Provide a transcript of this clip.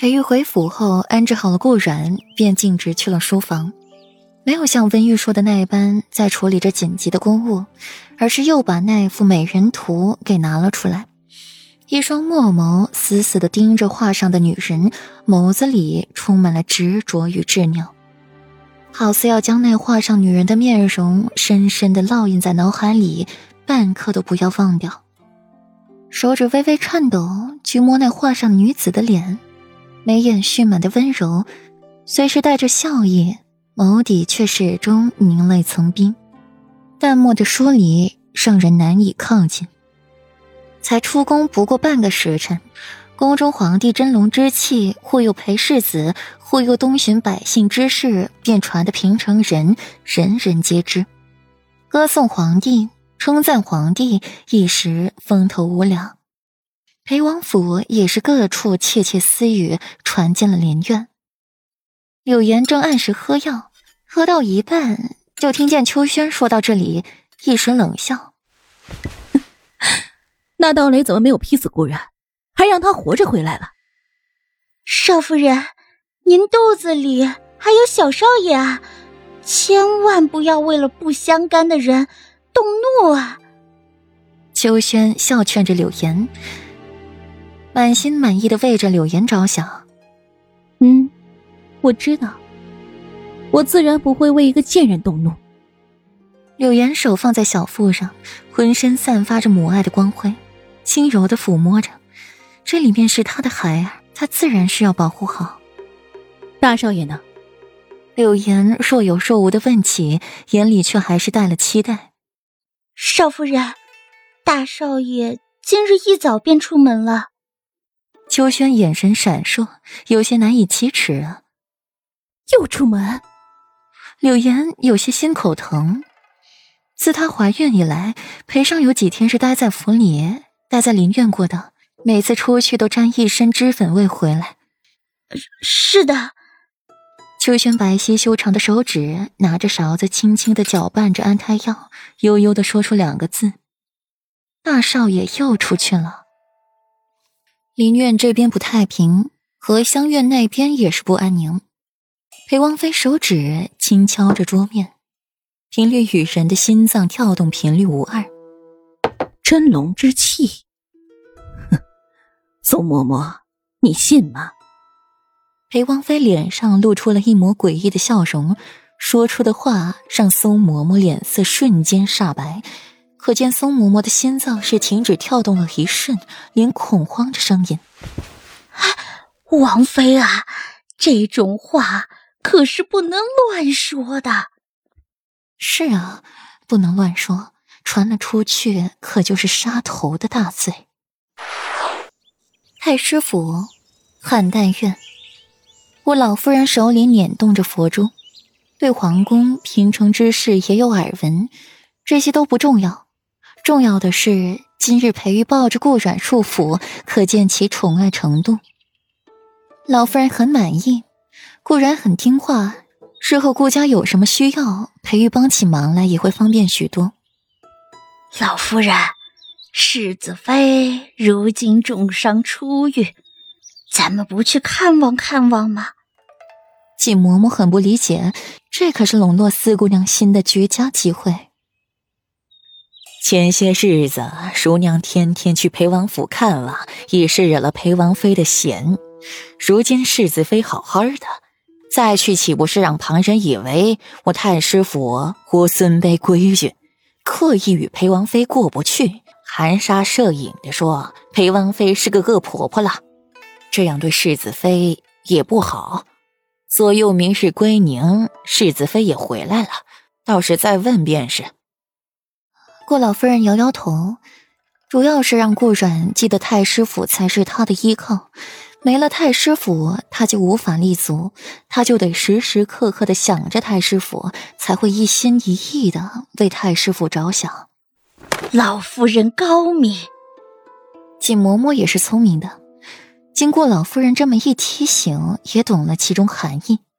裴玉回府后安置好了顾阮，便径直去了书房，没有像温玉说的那般在处理着紧急的公务，而是又把那幅美人图给拿了出来，一双墨眸死死地盯着画上的女人，眸子里充满了执着与执拗，好似要将那画上女人的面容深深地烙印在脑海里，半刻都不要忘掉。手指微微颤抖，去摸那画上女子的脸，眉眼蓄满的温柔，虽是带着笑意，眸底却始终凝泪层冰，淡漠的疏离让人难以靠近。才出宫不过半个时辰，宫中皇帝真龙之气忽悠裴世子，忽悠东巡百姓之事便传得平城人人人皆知，歌颂皇帝，称赞皇帝，一时风头无两。裴王府也是各处窃窃私语传进了连院。柳岩正按时喝药，喝到一半就听见秋轩说到这里，一声冷笑： 那道雷怎么没有劈死顾然，还让他活着回来了？ 少夫人，您肚子里还有小少爷啊，千万不要为了不相干的人动怒啊！ 秋轩笑劝着柳岩，满心满意的为着柳岩着想。 我知道，我自然不会为一个贱人动怒。 柳岩手放在小腹上，浑身散发着母爱的光辉，轻柔地抚摸着，这里面是他的孩儿，他自然是要保护好。 大少爷呢？ 柳岩若有若无地问起，眼里却还是带了期待。 少夫人，大少爷今日一早便出门了。 秋轩眼神闪烁，有些难以启齿啊。 又出门？ 柳岩有些心口疼。自她怀孕以来，裴尚有几天是待在府里，待在林院过的，每次出去都沾一身脂粉味回来。 是的。 秋轩白皙修长的手指拿着勺子轻轻地搅拌着安胎药，悠悠地说出2个字：大少爷又出去了。林院这边不太平，荷香院那边也是不安宁。裴王妃手指轻敲着桌面，频率与人的心脏跳动频率无二。 真龙之气，哼，宋嬷嬷，你信吗？ 裴王妃脸上露出了一抹诡异的笑容，说出的话让宋嬷嬷脸色瞬间煞白，可见宋嬷嬷的心脏是停止跳动了一瞬，连恐慌着声音： 王妃啊，这种话可是不能乱说的。 是啊，不能乱说，传了出去可就是杀头的大罪。太师府汉代院，我老夫人手里捻动着佛珠，对皇宫平城之事也有耳闻，这些都不重要，重要的是今日裴玉抱着顾阮入府，可见其宠爱程度。老夫人很满意，顾阮很听话，日后顾家有什么需要，裴玉帮起忙来也会方便许多。 老夫人，世子妃如今重伤初愈，咱们不去看望看望吗？ 季嬷嬷很不理解，这可是笼络四姑娘心的绝佳机会。 前些日子叔娘天天去裴王府看望，已是惹了裴王妃的嫌，如今世子妃好好的，再去岂不是让旁人以为我太师府无孙辈规矩，刻意与裴王妃过不去，含沙射影地说裴王妃是个恶婆婆了，这样对世子妃也不好。左右明日归宁，世子妃也回来了，倒是再问便是。 顾老夫人摇摇头，主要是让顾阮记得太师府才是他的依靠，没了太师府他就无法立足，他就得时时刻刻地想着太师府，才会一心一意地为太师府着想。 老夫人高明。 季嬷嬷也是聪明的，经过老夫人这么一提醒，也懂了其中含义。